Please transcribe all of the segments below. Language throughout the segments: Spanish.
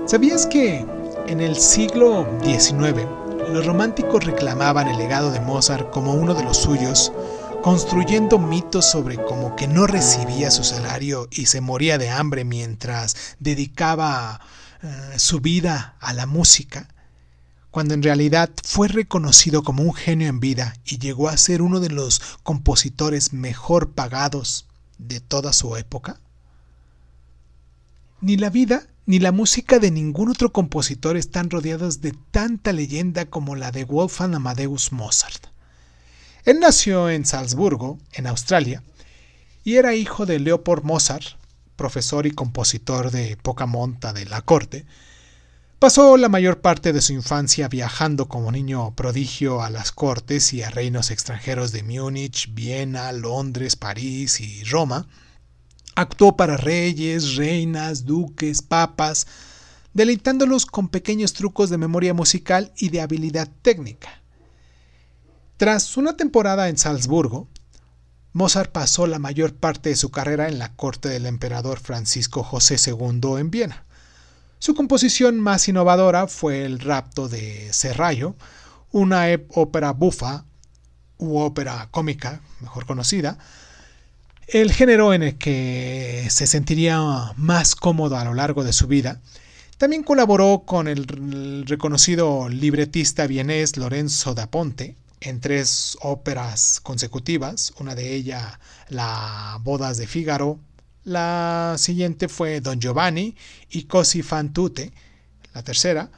¿Sabías que en el siglo XIX los románticos reclamaban el legado de Mozart como uno de los suyos, construyendo mitos sobre cómo que no recibía su salario y se moría de hambre mientras dedicaba su vida a la música, cuando en realidad fue reconocido como un genio en vida y llegó a ser uno de los compositores mejor pagados de toda su época? Ni la vida ni la música de ningún otro compositor están rodeados de tanta leyenda como la de Wolfgang Amadeus Mozart. Él nació en Salzburgo, en Australia, y era hijo de Leopold Mozart, profesor y compositor de poca monta de la corte. Pasó la mayor parte de su infancia viajando como niño prodigio a las cortes y a reinos extranjeros de Múnich, Viena, Londres, París y Roma. Actuó para reyes, reinas, duques, papas, deleitándolos con pequeños trucos de memoria musical y de habilidad técnica. Tras una temporada en Salzburgo, Mozart pasó la mayor parte de su carrera en la corte del emperador Francisco José II en Viena. Su composición más innovadora fue El rapto de Serrallo, una ópera bufa u ópera cómica, mejor conocida, el género en el que se sentiría más cómodo a lo largo de su vida. También colaboró con el reconocido libretista vienés Lorenzo da Ponte en 3 óperas consecutivas, una de ellas La bodas de Fígaro, la siguiente fue Don Giovanni y Così fan tutte, la tercera.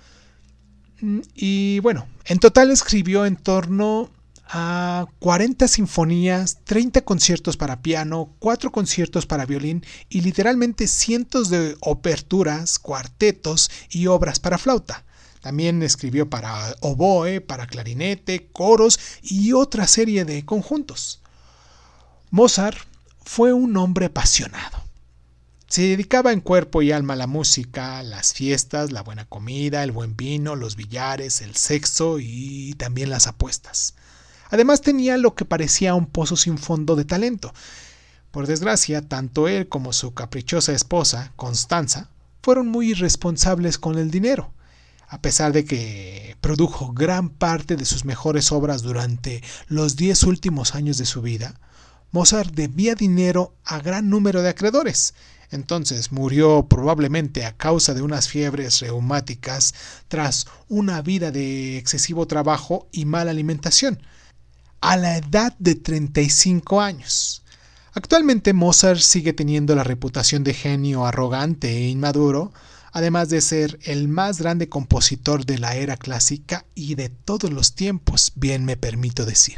Y bueno, en total escribió en torno a 40 sinfonías, 30 conciertos para piano, 4 conciertos para violín y literalmente cientos de oberturas, cuartetos y obras para flauta. También escribió para oboe, para clarinete, coros y otra serie de conjuntos. Mozart fue un hombre apasionado. Se dedicaba en cuerpo y alma a la música, las fiestas, la buena comida, el buen vino, los billares, el sexo y también las apuestas. Además tenía lo que parecía un pozo sin fondo de talento. Por desgracia, tanto él como su caprichosa esposa, Constanza, fueron muy irresponsables con el dinero. A pesar de que produjo gran parte de sus mejores obras durante los 10 últimos años de su vida, Mozart debía dinero a gran número de acreedores. Entonces murió probablemente a causa de unas fiebres reumáticas tras una vida de excesivo trabajo y mala alimentación, a la edad de 35 años. Actualmente Mozart sigue teniendo la reputación de genio arrogante e inmaduro, además de ser el más grande compositor de la era clásica y de todos los tiempos, bien me permito decir.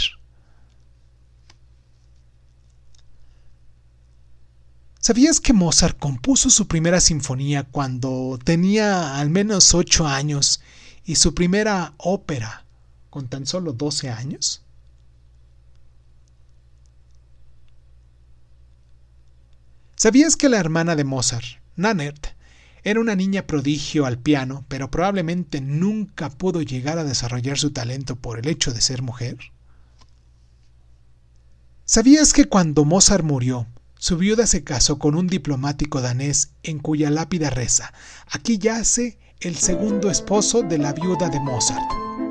¿Sabías que Mozart compuso su primera sinfonía cuando tenía al menos 8 años y su primera ópera con tan solo 12 años? ¿Sabías que la hermana de Mozart, Nannerl, era una niña prodigio al piano, pero probablemente nunca pudo llegar a desarrollar su talento por el hecho de ser mujer? ¿Sabías que cuando Mozart murió, su viuda se casó con un diplomático danés en cuya lápida reza: aquí yace el segundo esposo de la viuda de Mozart?